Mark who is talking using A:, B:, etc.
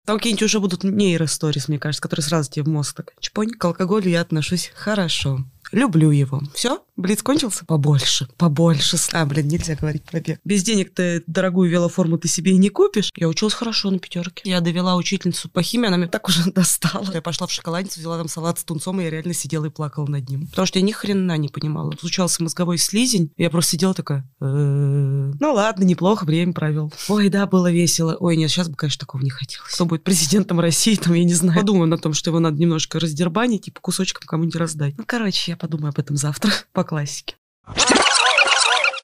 A: Там какие-нибудь уже будут нейросторис, мне кажется, которые сразу тебе в мозг так. Чпонь, к алкоголю я отношусь хорошо. Люблю его. Все? Блиц кончился? Побольше. Нельзя говорить про бег. Без денег ты дорогую велоформу ты себе и не купишь. Я училась хорошо на 5. Я довела учительницу по химии, она меня так уже достала. Я пошла в шоколадницу, взяла там салат с тунцом, и я реально сидела и плакала над ним. Потому что я ни хрена не понимала. Случался мозговой слизень, и я просто сидела такая... Ну ладно, неплохо время провел. Ой, да, было весело. Ой, нет, сейчас бы, конечно, такого не хотелось. Кто будет президентом России, там, я не знаю. Подумаю на том, что его надо немножко раздербанить и по кусочкам кому-нибудь раздать. Ну, короче, я подумаю об этом завтра по классике.